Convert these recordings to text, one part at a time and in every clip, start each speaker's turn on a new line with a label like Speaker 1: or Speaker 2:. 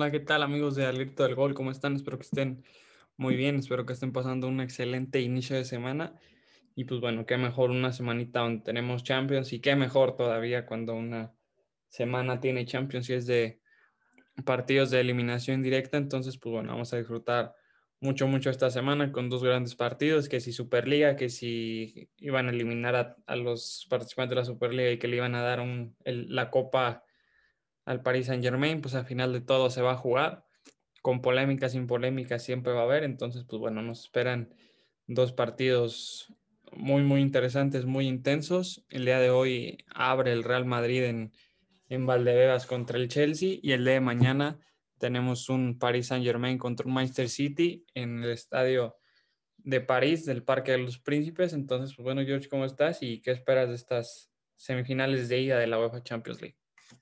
Speaker 1: Hola, ¿qué tal amigos de Al Grito del Gol? ¿Cómo están? Espero que estén muy bien, espero que estén pasando un excelente inicio de semana. Y pues bueno, qué mejor una semanita donde tenemos Champions y qué mejor todavía cuando una semana tiene Champions y es de partidos de eliminación directa. Entonces, pues bueno, vamos a disfrutar mucho esta semana con dos grandes partidos, que si Superliga, que si iban a eliminar a los participantes de la Superliga y que le iban a dar la copa al Paris Saint-Germain, pues al final de todo se va a jugar con polémica, sin polémica, siempre va a haber. Entonces, pues bueno, nos esperan dos partidos muy interesantes, muy intensos. El día de hoy abre el Real Madrid en Valdebebas contra el Chelsea y el día de mañana tenemos un Paris Saint-Germain contra un Manchester City en el estadio de París, del Parque de los Príncipes. Entonces, pues bueno, George, ¿cómo estás? ¿Y qué esperas de estas semifinales de ida de la UEFA Champions League?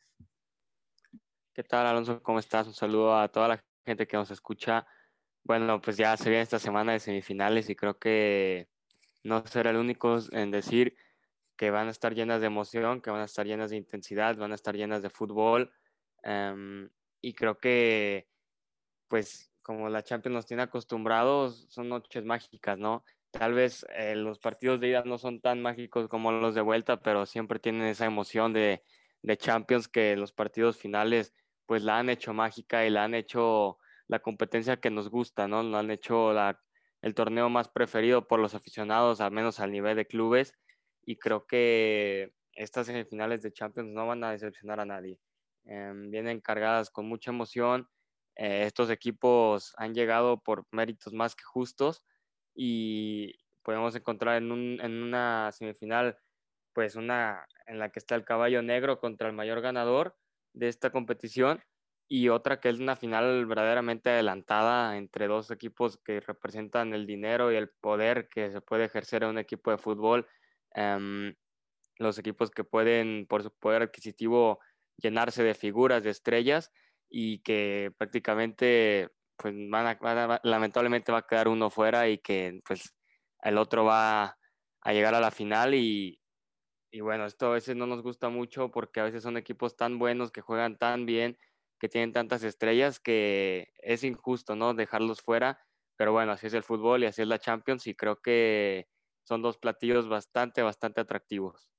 Speaker 2: ¿Qué tal, Alonso? ¿Cómo estás? Un saludo a toda la gente que nos escucha. Bueno, pues ya se viene esta semana de semifinales y creo que no será el único en decir que van a estar llenas de emoción, que van a estar llenas de intensidad, van a estar llenas de fútbol. Y creo que, pues, como la Champions nos tiene acostumbrados, son noches mágicas, ¿no? Tal vez los partidos de ida no son tan mágicos como los de vuelta, pero siempre tienen esa emoción de Champions que los partidos finales pues la han hecho mágica y la han hecho la competencia que nos gusta, ¿no? Lo han hecho el torneo más preferido por los aficionados, al menos al nivel de clubes, y creo que estas semifinales de Champions no van a decepcionar a nadie. Vienen cargadas con mucha emoción. Estos equipos han llegado por méritos más que justos y podemos encontrar en una semifinal, pues una en la que está el caballo negro contra el mayor ganador de esta competición y otra que es una final verdaderamente adelantada entre dos equipos que representan el dinero y el poder que se puede ejercer en un equipo de fútbol. Um, los equipos que pueden, por su poder adquisitivo, llenarse de figuras, de estrellas y que prácticamente pues lamentablemente va a quedar uno fuera y que pues el otro va a llegar a la final y bueno, esto a veces no nos gusta mucho porque a veces son equipos tan buenos que juegan tan bien, que tienen tantas estrellas que es injusto, ¿no? Dejarlos fuera, pero bueno, así es el fútbol y así es la Champions y creo que son dos platillos bastante atractivos.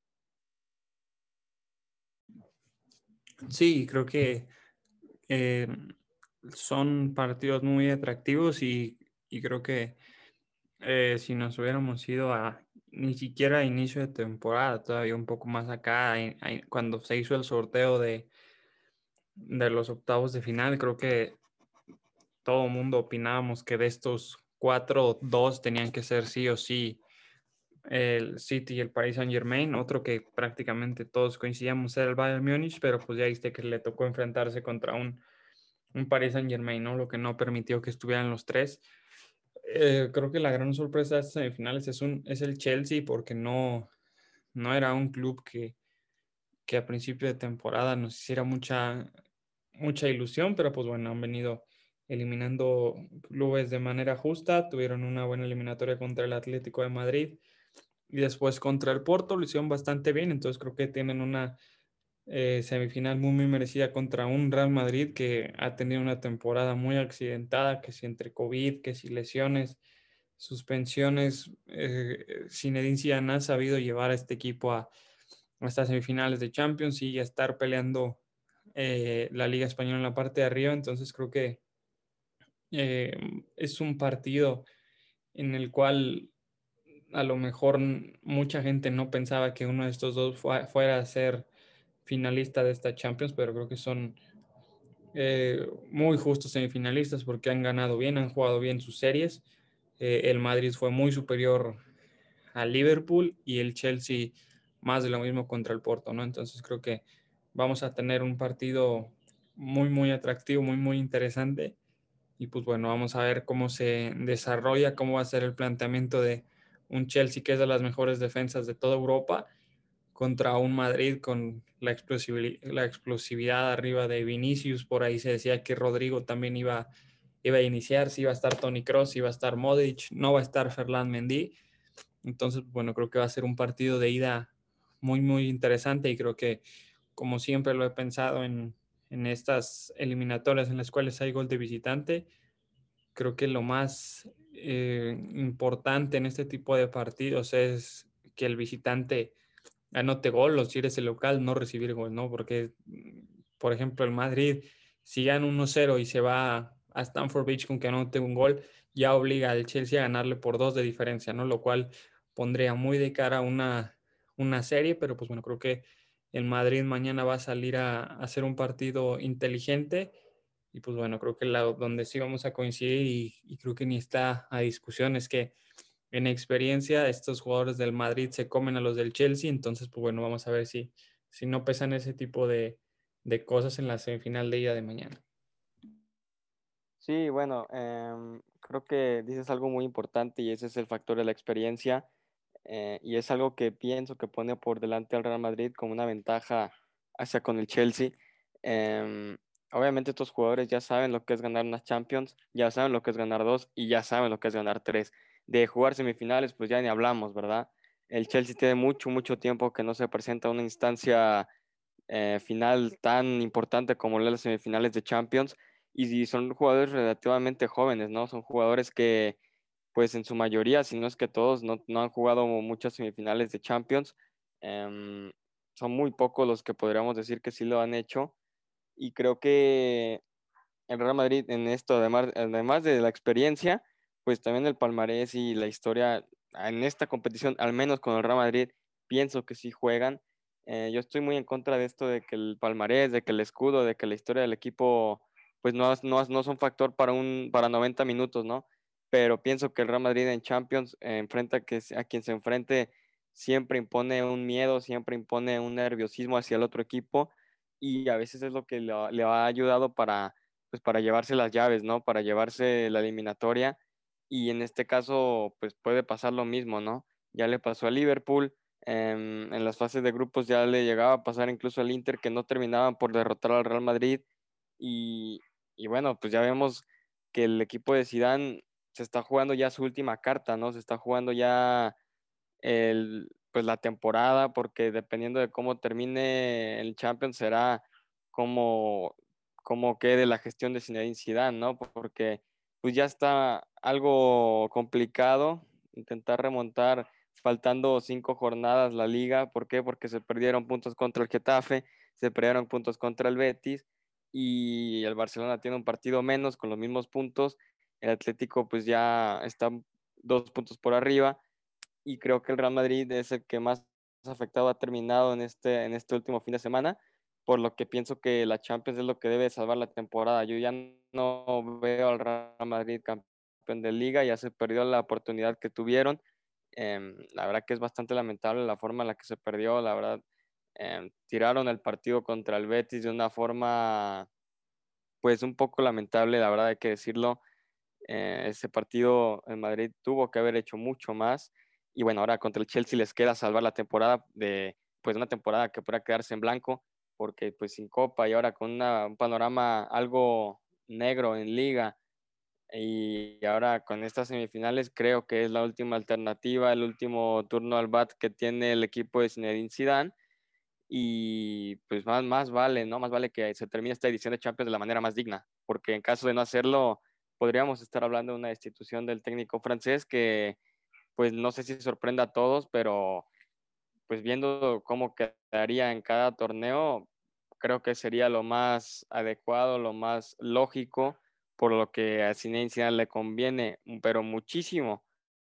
Speaker 1: Sí, creo que eh, son partidos muy atractivos y creo que si nos hubiéramos ido a ni siquiera a inicio de temporada, todavía un poco más acá, cuando se hizo el sorteo de los octavos de final, creo que todo el mundo opinábamos que de estos cuatro, dos tenían que ser sí o sí el City y el Paris Saint-Germain. Otro que prácticamente todos coincidíamos era el Bayern Múnich, pero pues ya viste que le tocó enfrentarse contra un Paris Saint-Germain, ¿no? Lo que no permitió que estuvieran los tres. Creo que la gran sorpresa de estas semifinales es el Chelsea, porque no era un club que a principio de temporada nos hiciera mucha ilusión, pero pues bueno, han venido eliminando clubes de manera justa, tuvieron una buena eliminatoria contra el Atlético de Madrid y después contra el Porto, lo hicieron bastante bien. Entonces creo que tienen una semifinal muy merecida contra un Real Madrid que ha tenido una temporada muy accidentada, que si entre COVID, que si lesiones, suspensiones, Zinedine Zidane ha sabido llevar a este equipo a estas semifinales de Champions y a estar peleando la Liga Española en la parte de arriba. Entonces creo que eh, es un partido en el cual a lo mejor mucha gente no pensaba que uno de estos dos fuera a ser finalista de esta Champions, pero creo que son muy justos semifinalistas porque han ganado bien, han jugado bien sus series. El Madrid fue muy superior al Liverpool y el Chelsea más de lo mismo contra el Porto, ¿no? Entonces creo que vamos a tener un partido muy atractivo, muy interesante. Y pues bueno, vamos a ver cómo se desarrolla, cómo va a ser el planteamiento de un Chelsea que es de las mejores defensas de toda Europa contra un Madrid con la explosividad arriba de Vinicius. Por ahí se decía que Rodrigo también iba a iniciar, si iba a estar Toni Kroos, iba a estar Modric, no va a estar Ferland Mendy. Entonces, bueno, creo que va a ser un partido de ida muy interesante y creo que, como siempre lo he pensado en estas eliminatorias en las cuales hay gol de visitante. Creo que lo más importante en este tipo de partidos es que el visitante anote gol, o si eres el local, no recibir gol, ¿no? Porque, por ejemplo, el Madrid, si gana 1-0 y se va a Stamford Bridge con que anote un gol, ya obliga al Chelsea a ganarle por 2 de diferencia, ¿no? Lo cual pondría muy de cara una serie, pero pues bueno, creo que el Madrid mañana va a salir a hacer un partido inteligente y pues bueno, creo que donde sí vamos a coincidir y creo que ni está a discusión es que en experiencia estos jugadores del Madrid se comen a los del Chelsea, entonces pues bueno, vamos a ver si no pesan ese tipo de cosas en la semifinal de ida de mañana.
Speaker 2: Sí, bueno, creo que dices algo muy importante y ese es el factor de la experiencia y es algo que pienso que pone por delante al Real Madrid como una ventaja hacia con el Chelsea. Em, Obviamente estos jugadores ya saben lo que es ganar una Champions, ya saben lo que es ganar dos y ya saben lo que es ganar tres. De jugar semifinales, pues ya ni hablamos, ¿verdad? El Chelsea tiene mucho, mucho tiempo que no se presenta una instancia final tan importante como las semifinales de Champions y son jugadores relativamente jóvenes, ¿no? Son jugadores que, pues en su mayoría, si no es que todos, no han jugado muchas semifinales de Champions. Em, Son muy pocos los que podríamos decir que sí lo han hecho y creo que el Real Madrid en esto, además de la experiencia, pues también el palmarés y la historia en esta competición, al menos con el Real Madrid, pienso que sí juegan. Yo estoy muy en contra de esto de que el palmarés, de que el escudo, de que la historia del equipo, pues no son factor para 90 minutos, ¿no? Pero pienso que el Real Madrid en Champions enfrenta a quien se enfrente, siempre impone un miedo, siempre impone un nerviosismo hacia el otro equipo y a veces es lo que le ha ayudado pues para llevarse las llaves, ¿no? Para llevarse la eliminatoria. Y en este caso, pues puede pasar lo mismo, ¿no? Ya le pasó a Liverpool, en las fases de grupos ya le llegaba a pasar incluso al Inter que no terminaban por derrotar al Real Madrid. Y, y bueno, pues ya vemos que el equipo de Zidane se está jugando ya su última carta, ¿no? Se está jugando ya pues la temporada, porque dependiendo de cómo termine el Champions será como, como quede la gestión de Zinedine Zidane, ¿no? Porque pues ya está algo complicado intentar remontar faltando 5 jornadas la liga. ¿Por qué? Porque se perdieron puntos contra el Getafe, se perdieron puntos contra el Betis y el Barcelona tiene un partido menos con los mismos puntos. El Atlético pues ya está 2 puntos por arriba y creo que el Real Madrid es el que más afectado ha terminado en este último fin de semana, por lo que pienso que la Champions es lo que debe salvar la temporada. Yo ya no veo al Real Madrid campeón de liga, ya se perdió la oportunidad que tuvieron. La verdad que es bastante lamentable la forma en la que se perdió, la verdad. Tiraron el partido contra el Betis de una forma pues un poco lamentable, la verdad hay que decirlo. Ese partido en Madrid tuvo que haber hecho mucho más. Y bueno, ahora contra el Chelsea les queda salvar la temporada pues una temporada que podrá quedarse en blanco, porque pues sin Copa y ahora con un panorama algo negro en Liga y ahora con estas semifinales creo que es la última alternativa, el último turno al bat que tiene el equipo de Zinedine Zidane y pues más vale, ¿no? Más vale que se termine esta edición de Champions de la manera más digna, porque en caso de no hacerlo, podríamos estar hablando de una destitución del técnico francés que pues no sé si sorprenda a todos, pero pues viendo cómo quedaría en cada torneo, creo que sería lo más adecuado, lo más lógico, por lo que a Zinedine Zidane le conviene, pero muchísimo.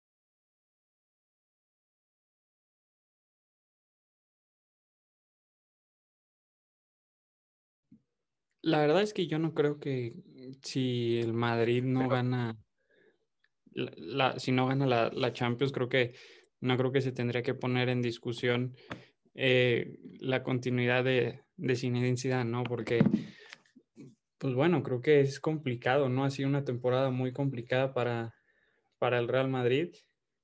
Speaker 1: La verdad es que yo no creo que si el Madrid no
Speaker 2: Pero
Speaker 1: gana si no gana la Champions, no creo que se tendría que poner en discusión la continuidad de Zinedine Zidane, ¿no? Porque, pues bueno, creo que es complicado, ¿no? Ha sido una temporada muy complicada para el Real Madrid,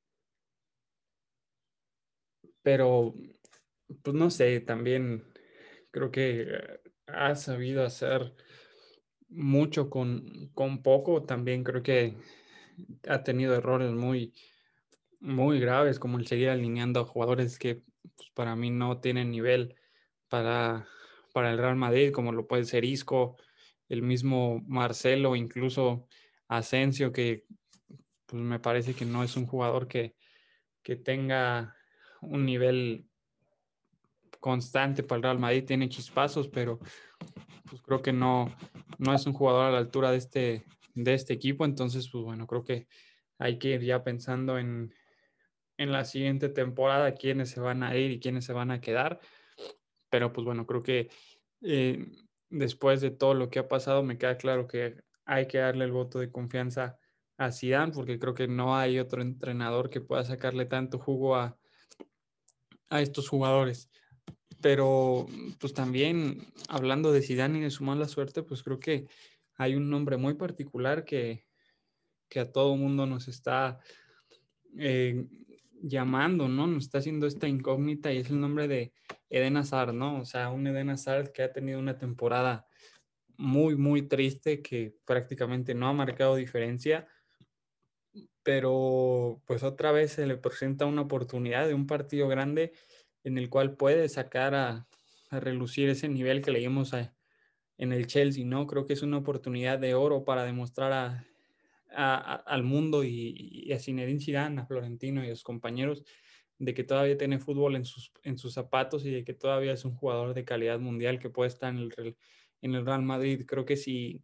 Speaker 1: pero, pues no sé, también creo que ha sabido hacer mucho con poco, también creo que ha tenido errores muy graves, como el seguir alineando a jugadores que pues, para mí no tienen nivel para, para el Real Madrid, como lo puede ser Isco, el mismo Marcelo, incluso Asensio, que pues, me parece que no es un jugador que tenga un nivel constante para el Real Madrid, tiene chispazos, pero pues creo que no es un jugador a la altura de este equipo. Entonces, pues bueno, creo que hay que ir ya pensando en la siguiente temporada quiénes se van a ir y quiénes se van a quedar. Pero pues bueno, creo que eh, después de todo lo que ha pasado, me queda claro que hay que darle el voto de confianza a Zidane, porque creo que no hay otro entrenador que pueda sacarle tanto jugo a estos jugadores. Pero pues también hablando de Zidane y de su mala suerte, pues creo que hay un nombre muy particular que a todo mundo nos está eh, llamando, ¿no? Nos está haciendo esta incógnita y es el nombre de Eden Hazard, ¿no? O sea, un Eden Hazard que ha tenido una temporada muy, muy triste, que prácticamente no ha marcado diferencia, pero pues otra vez se le presenta una oportunidad de un partido grande en el cual puede sacar a relucir ese nivel que leímos en el Chelsea, ¿no? Creo que es una oportunidad de oro para demostrar al mundo y a Zinedine Zidane, a Florentino y a sus compañeros de que todavía tiene fútbol en sus zapatos y de que todavía es un jugador de calidad mundial que puede estar en el Real Madrid. Creo que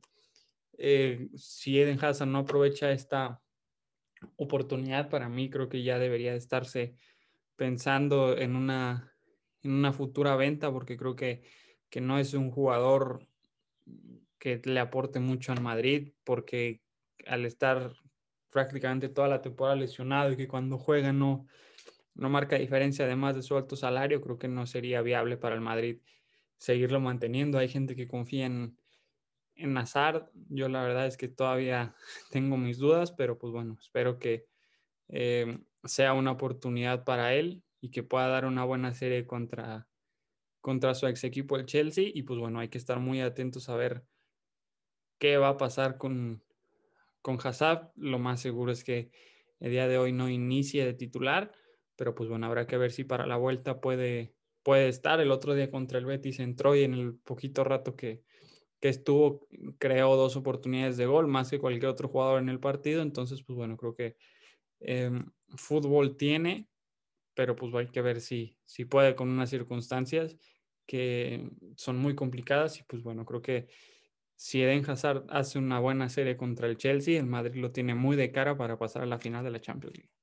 Speaker 1: si Eden Hazard no aprovecha esta oportunidad, para mí creo que ya debería de estarse pensando en una futura venta, porque creo que no es un jugador que le aporte mucho al Madrid, porque al estar prácticamente toda la temporada lesionado y que cuando juega no marca diferencia además de su alto salario, creo que no sería viable para el Madrid seguirlo manteniendo. Hay gente que confía en Hazard, yo la verdad es que todavía tengo mis dudas, pero pues bueno, espero que sea una oportunidad para él y que pueda dar una buena serie contra su ex equipo, el Chelsea. Y pues bueno, hay que estar muy atentos a ver qué va a pasar con Hazard. Lo más seguro es que el día de hoy no inicie de titular, pero pues bueno, habrá que ver si para la vuelta puede estar. El otro día contra el Betis entró y en el poquito rato que estuvo creó dos oportunidades de gol, más que cualquier otro jugador en el partido. Entonces, pues bueno, creo que fútbol tiene, pero pues hay que ver si puede con unas circunstancias que son muy complicadas. Y pues bueno, creo que si Eden Hazard hace una buena serie contra el Chelsea, el Madrid lo tiene muy de cara para pasar a la final de la Champions League.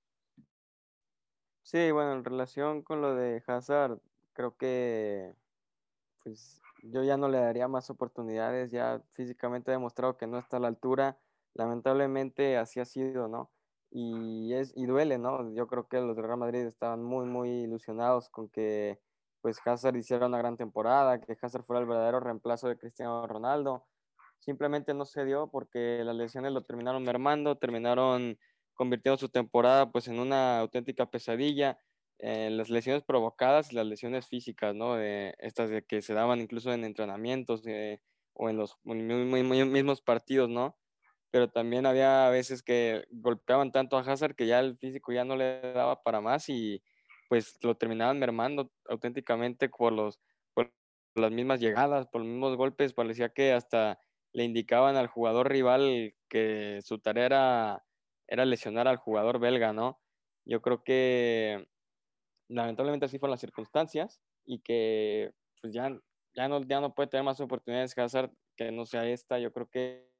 Speaker 2: Sí, bueno, en relación con lo de Hazard, creo que pues yo ya no le daría más oportunidades, ya físicamente ha demostrado que no está a la altura, lamentablemente así ha sido, ¿no? Y duele, ¿no? Yo creo que los de Real Madrid estaban muy, muy ilusionados con que pues Hazard hiciera una gran temporada, que Hazard fuera el verdadero reemplazo de Cristiano Ronaldo. Simplemente no se dio porque las lesiones lo terminaron mermando, terminaron convirtiendo su temporada pues en una auténtica pesadilla. Las lesiones provocadas y las lesiones físicas, ¿no? Estas de que se daban incluso en entrenamientos o en los mismos partidos, ¿no? Pero también había veces que golpeaban tanto a Hazard que ya el físico ya no le daba para más y pues lo terminaban mermando auténticamente por las mismas llegadas, por los mismos golpes. Parecía que hasta le indicaban al jugador rival que su tarea era lesionar al jugador belga, ¿no? Yo creo que lamentablemente así fueron las circunstancias y que pues ya no puede tener más oportunidades que Hazard que no sea esta. Yo creo que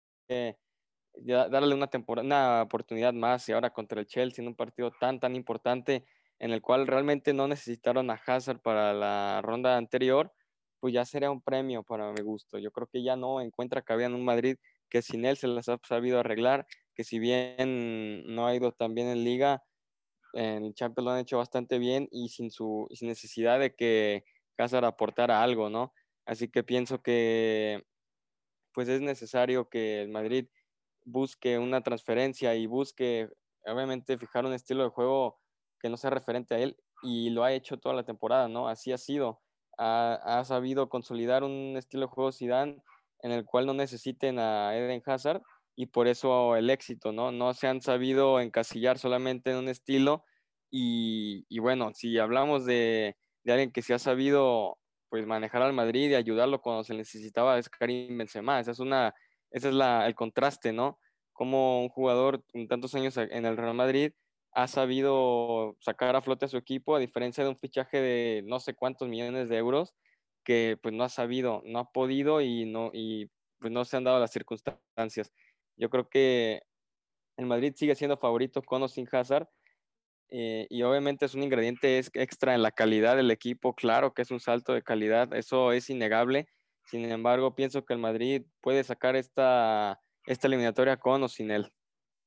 Speaker 2: darle una oportunidad más y ahora contra el Chelsea en un partido tan importante en el cual realmente no necesitaron a Hazard para la ronda anterior, pues ya sería un premio para mi gusto. Yo creo que ya no encuentra cabida en un Madrid que sin él se las ha sabido arreglar, que si bien no ha ido tan bien en Liga, en el Champions lo han hecho bastante bien y sin necesidad de que Hazard aportara algo, ¿no? Así que pienso que pues es necesario que el Madrid busque una transferencia y busque, obviamente, fijar un estilo de juego que no sea referente a él, y lo ha hecho toda la temporada, ¿no? Así ha sido. Ha sabido consolidar un estilo de juego Zidane en el cual no necesiten a Eden Hazard, y por eso el éxito, ¿no? No se han sabido encasillar solamente en un estilo, y bueno, si hablamos de alguien que se ha sabido pues manejar al Madrid y ayudarlo cuando se necesitaba es Karim Benzema. El contraste, ¿no? Como un jugador con tantos años en el Real Madrid ha sabido sacar a flote a su equipo, a diferencia de un fichaje de no sé cuántos millones de euros, que pues no ha sabido, no ha podido y pues no se han dado las circunstancias. Yo creo que el Madrid sigue siendo favorito con o sin Hazard, y obviamente es un ingrediente extra en la calidad del equipo. Claro que es un salto de calidad, eso es innegable. Sin embargo, pienso que el Madrid puede sacar esta eliminatoria con o sin él.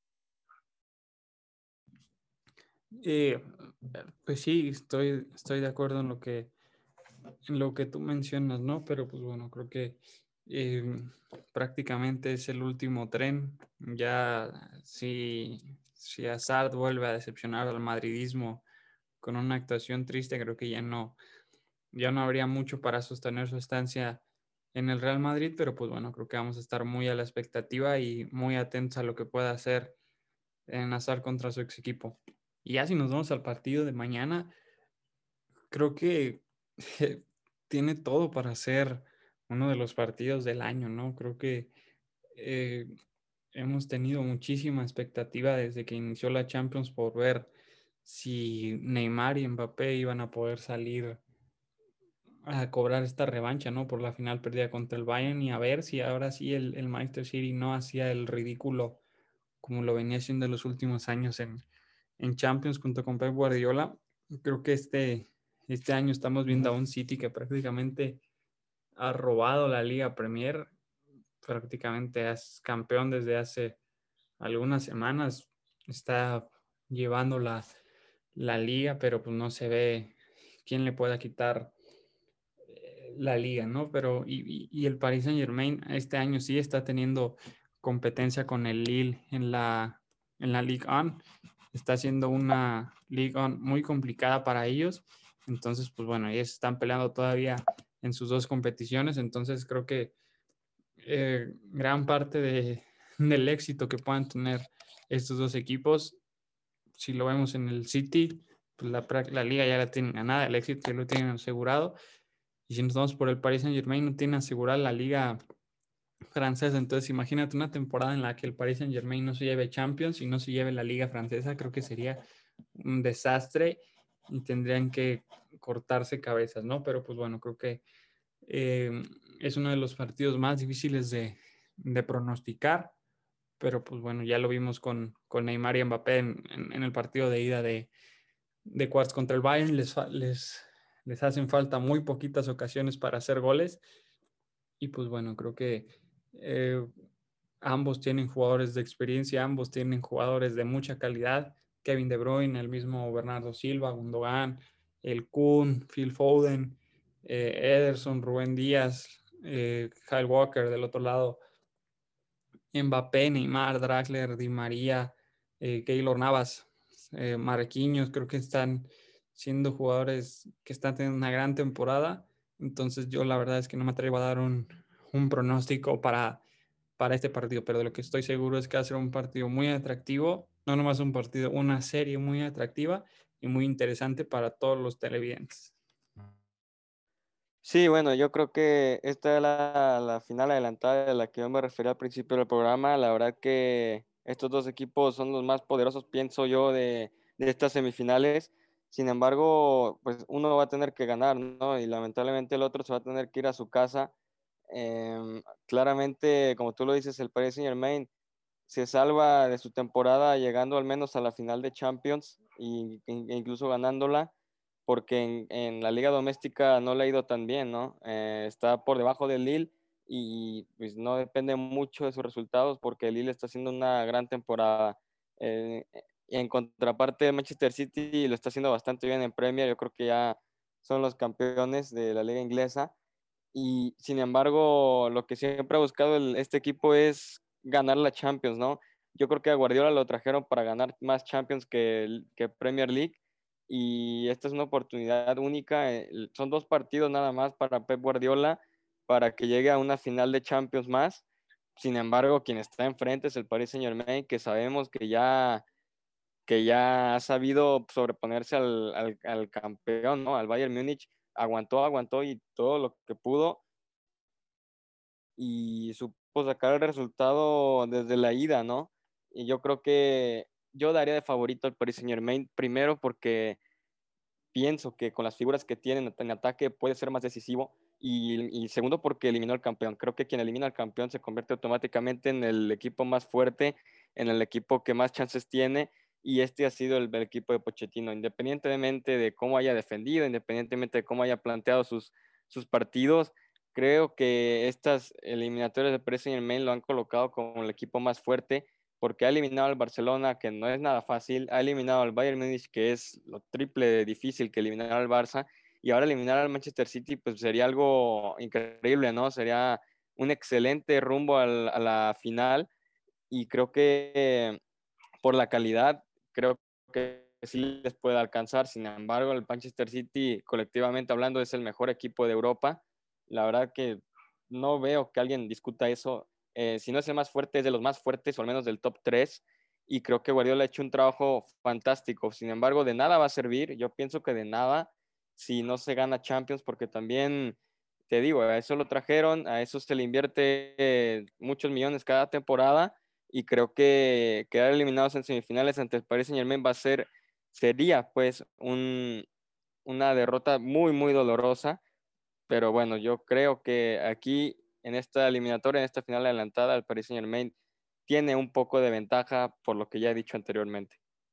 Speaker 1: Eh, pues sí, estoy de acuerdo en lo que tú mencionas, ¿no? Pero pues bueno, creo que prácticamente es el último tren. Ya si Hazard vuelve a decepcionar al madridismo con una actuación triste, creo que ya no habría mucho para sostener su estancia en el Real Madrid, pero pues bueno, creo que vamos a estar muy a la expectativa y muy atentos a lo que pueda hacer en Hazard contra su ex equipo. Y ya si nos vamos al partido de mañana, creo que tiene todo para ser uno de los partidos del año, ¿no? Creo que eh, hemos tenido muchísima expectativa desde que inició la Champions por ver si Neymar y Mbappé iban a poder salir a cobrar esta revancha, ¿no? Por la final perdida contra el Bayern y a ver si ahora sí el Manchester City no hacía el ridículo como lo venía haciendo en los últimos años en Champions junto con Pep Guardiola. Creo que este año estamos viendo a un City que prácticamente ha robado la Liga Premier, prácticamente es campeón desde hace algunas semanas, está llevando la liga, pero pues no se ve quién le pueda quitar la liga, ¿no? Pero y el Paris Saint-Germain este año sí está teniendo competencia con el Lille en la Ligue 1. Está siendo una Ligue 1 muy complicada para ellos. Entonces, pues bueno, ellos están peleando todavía en sus dos competiciones. Entonces, creo que gran parte del éxito que puedan tener estos dos equipos, si lo vemos en el City, pues la liga ya la tienen ganada, el éxito ya lo tienen asegurado. Y si nos vamos por el Paris Saint-Germain, no tiene asegurada la liga francesa. Entonces, imagínate una temporada en la que el Paris Saint-Germain no se lleve Champions y no se lleve la liga francesa. Creo que sería un desastre y tendrían que cortarse cabezas, ¿no? Pero pues bueno, creo que es uno de los partidos más difíciles de pronosticar. Pero pues bueno, ya lo vimos con Neymar y Mbappé en el partido de ida de cuartos contra el Bayern. Les hacen falta muy poquitas ocasiones para hacer goles. Y pues bueno, creo que eh, ambos tienen jugadores de experiencia, ambos tienen jugadores de mucha calidad. Kevin De Bruyne, el mismo Bernardo Silva, Gundogan, el Kun, Phil Foden, Ederson, Rubén Díaz, Kyle Walker del otro lado, Mbappé, Neymar, Draxler, Di María, Keylor Navas, Marquinhos, creo que están siendo jugadores que están teniendo una gran temporada. Entonces yo la verdad es que no me atrevo a dar un pronóstico para este partido, pero de lo que estoy seguro es que va a ser un partido muy atractivo, no nomás un partido, una serie muy atractiva y muy interesante para todos los televidentes.
Speaker 2: Sí, bueno, yo creo que esta es la final adelantada de la que yo me refería al principio del programa. La verdad que estos dos equipos son los más poderosos, pienso yo, de estas semifinales. Sin embargo, pues uno va a tener que ganar, ¿no? Y lamentablemente el otro se va a tener que ir a su casa. Claramente, como tú lo dices, el Paris Saint-Germain se salva de su temporada llegando al menos a la final de Champions e incluso ganándola, porque en la liga doméstica no le ha ido tan bien, ¿no? Está por debajo del Lille y pues no depende mucho de sus resultados porque el Lille está haciendo una gran temporada. Y en contraparte, el Manchester City lo está haciendo bastante bien en Premier, yo creo que ya son los campeones de la liga inglesa. Y sin embargo, lo que siempre ha buscado este equipo es ganar la Champions, ¿no? Yo creo que a Guardiola lo trajeron para ganar más Champions que Premier League, y esta es una oportunidad única. Son dos partidos nada más para Pep Guardiola para que llegue a una final de Champions más. Sin embargo, quien está enfrente es el Paris Saint-Germain, que sabemos que ya ha sabido sobreponerse al campeón, ¿no? Al Bayern Múnich, aguantó y todo lo que pudo y supo sacar el resultado desde la ida, ¿no? Y yo creo que yo daría de favorito al Paris Saint-Germain, primero porque pienso que con las figuras que tienen en ataque puede ser más decisivo. Y segundo, porque eliminó al campeón. Creo que quien elimina al campeón se convierte automáticamente en el equipo más fuerte, en el equipo que más chances tiene. Y este ha sido el equipo de Pochettino, independientemente de cómo haya defendido, independientemente de cómo haya planteado sus partidos. Creo que estas eliminatorias de Paris Saint-Germain lo han colocado como el equipo más fuerte porque ha eliminado al Barcelona, que no es nada fácil, ha eliminado al Bayern Múnich, que es lo triple de difícil que eliminar al Barça, y ahora eliminar al Manchester City, pues sería algo increíble, ¿no? Sería un excelente rumbo a la final, y creo que por la calidad, creo que sí les puede alcanzar. Sin embargo, el Manchester City, colectivamente hablando, es el mejor equipo de Europa. La verdad que no veo que alguien discuta eso. Si no es el más fuerte, es de los más fuertes, o al menos del top 3. Y creo que Guardiola ha hecho un trabajo fantástico. Sin embargo, de nada va a servir. Yo pienso que de nada si no se gana Champions, porque también, te digo, a eso lo trajeron, a eso se le invierte muchos millones cada temporada y creo que quedar eliminados en semifinales ante el Paris Saint-Germain sería pues una derrota muy, muy dolorosa, pero bueno, yo creo que aquí en esta eliminatoria, en esta final adelantada, el Paris Saint-Germain tiene un poco de ventaja por lo que ya he dicho anteriormente.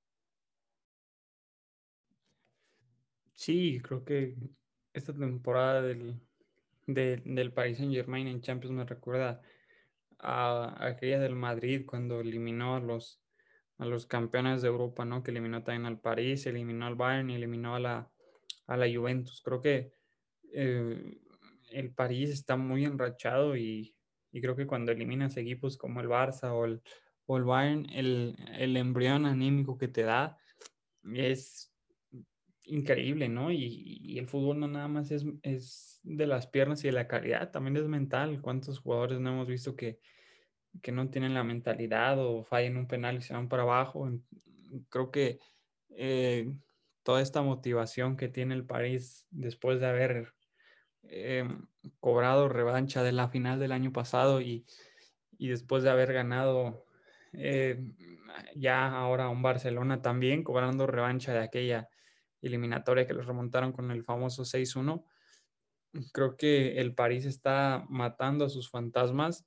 Speaker 1: Sí, creo que esta temporada del Paris Saint-Germain en Champions me recuerda a aquella del Madrid cuando eliminó a los campeones de Europa, ¿no? Que eliminó también al París, eliminó al Bayern y eliminó a la Juventus. Creo que eh, el París está muy enrachado y creo que cuando eliminas equipos como el Barça o el Bayern, el embrión anímico que te da es increíble, ¿no? Y el fútbol no nada más es de las piernas y de la calidad, también es mental. ¿Cuántos jugadores no hemos visto que no tienen la mentalidad o fallan un penal y se van para abajo? Creo que eh, toda esta motivación que tiene el París después de haber eh, cobrado revancha de la final del año pasado y después de haber ganado eh, ya ahora un Barcelona también, cobrando revancha de aquella eliminatoria que los remontaron con el famoso 6-1. Creo que el París está matando a sus fantasmas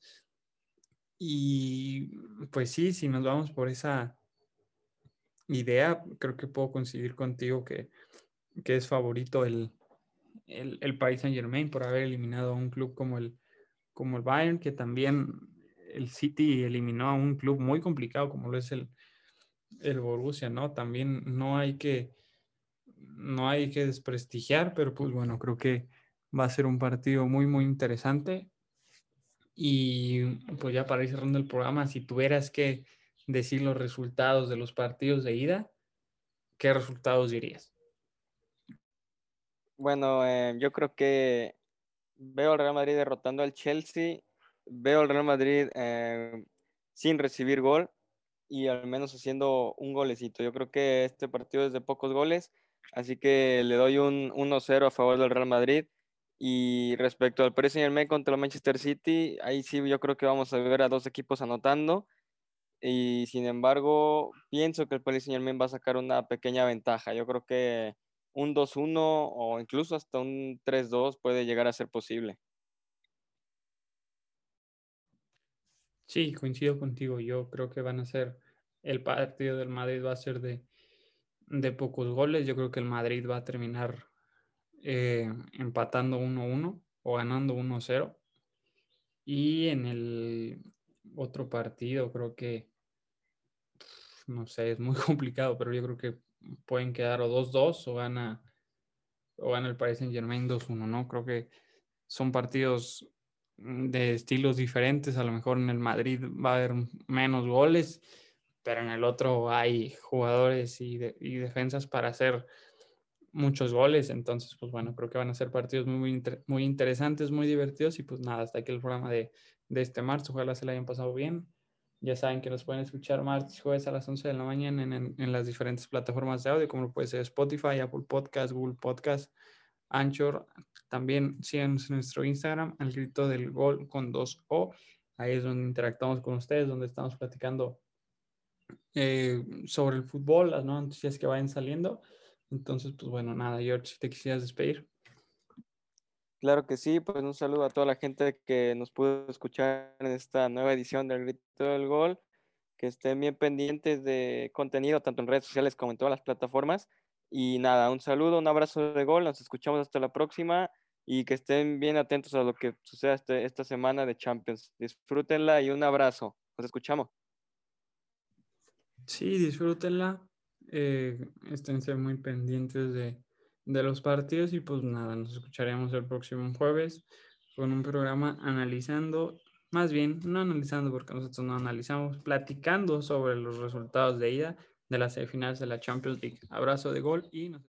Speaker 1: y pues sí, si nos vamos por esa idea, creo que puedo coincidir contigo que es favorito el Paris Saint-Germain por haber eliminado a un club como el Bayern, que también el City eliminó a un club muy complicado como lo es el Borussia, ¿no? También no hay que desprestigiar, pero pues bueno, creo que va a ser un partido muy, muy interesante. Y pues ya para ir cerrando el programa, si tuvieras que decir los resultados de los partidos de ida, ¿qué resultados dirías?
Speaker 2: Bueno, yo creo que veo al Real Madrid derrotando al Chelsea, veo al Real Madrid sin recibir gol y al menos haciendo un golecito. Yo creo que este partido es de pocos goles, así que le doy un 1-0 a favor del Real Madrid. Y respecto al Paris Saint-Germain contra el Manchester City, ahí sí yo creo que vamos a ver a dos equipos anotando. Y sin embargo, pienso que el Paris Saint-Germain va a sacar una pequeña ventaja. Yo creo que un 2-1 o incluso hasta un 3-2 puede llegar a ser posible.
Speaker 1: Sí, coincido contigo. Yo creo que el partido del Madrid va a ser de pocos goles. Yo creo que el Madrid va a terminar empatando 1-1 o ganando 1-0. Y en el otro partido creo que, no sé, es muy complicado, pero yo creo que pueden quedar o 2-2 o gana el Paris Saint-Germain 2-1, ¿no? Creo que son partidos de estilos diferentes. A lo mejor en el Madrid va a haber menos goles, pero en el otro hay jugadores y defensas para hacer muchos goles. Entonces, pues bueno, creo que van a ser partidos muy, muy, muy interesantes, muy divertidos. Y pues nada, hasta aquí el programa de este martes. Ojalá se la hayan pasado bien. Ya saben que nos pueden escuchar martes y jueves a las 11 de la mañana en las diferentes plataformas de audio, como lo puede ser Spotify, Apple Podcast, Google Podcast, Anchor. También síganos en nuestro Instagram, al grito del gol con 2 O. Ahí es donde interactuamos con ustedes, donde estamos platicando sobre el fútbol, las nuevas noticias que vayan saliendo. Entonces, pues bueno, nada, George, si te quisieras despedir.
Speaker 2: Claro que sí, pues un saludo a toda la gente que nos pudo escuchar en esta nueva edición del Grito del Gol, que estén bien pendientes de contenido tanto en redes sociales como en todas las plataformas. Y nada, un saludo, un abrazo de gol, nos escuchamos hasta la próxima y que estén bien atentos a lo que suceda esta semana de Champions. Disfrútenla y un abrazo. Nos escuchamos.
Speaker 1: Sí, disfrútenla. Esténse muy pendientes de los partidos y pues nada, nos escucharemos el próximo jueves con un programa analizando, más bien, no analizando porque nosotros no analizamos, platicando sobre los resultados de ida de las semifinales de la Champions League. Abrazo de gol y nos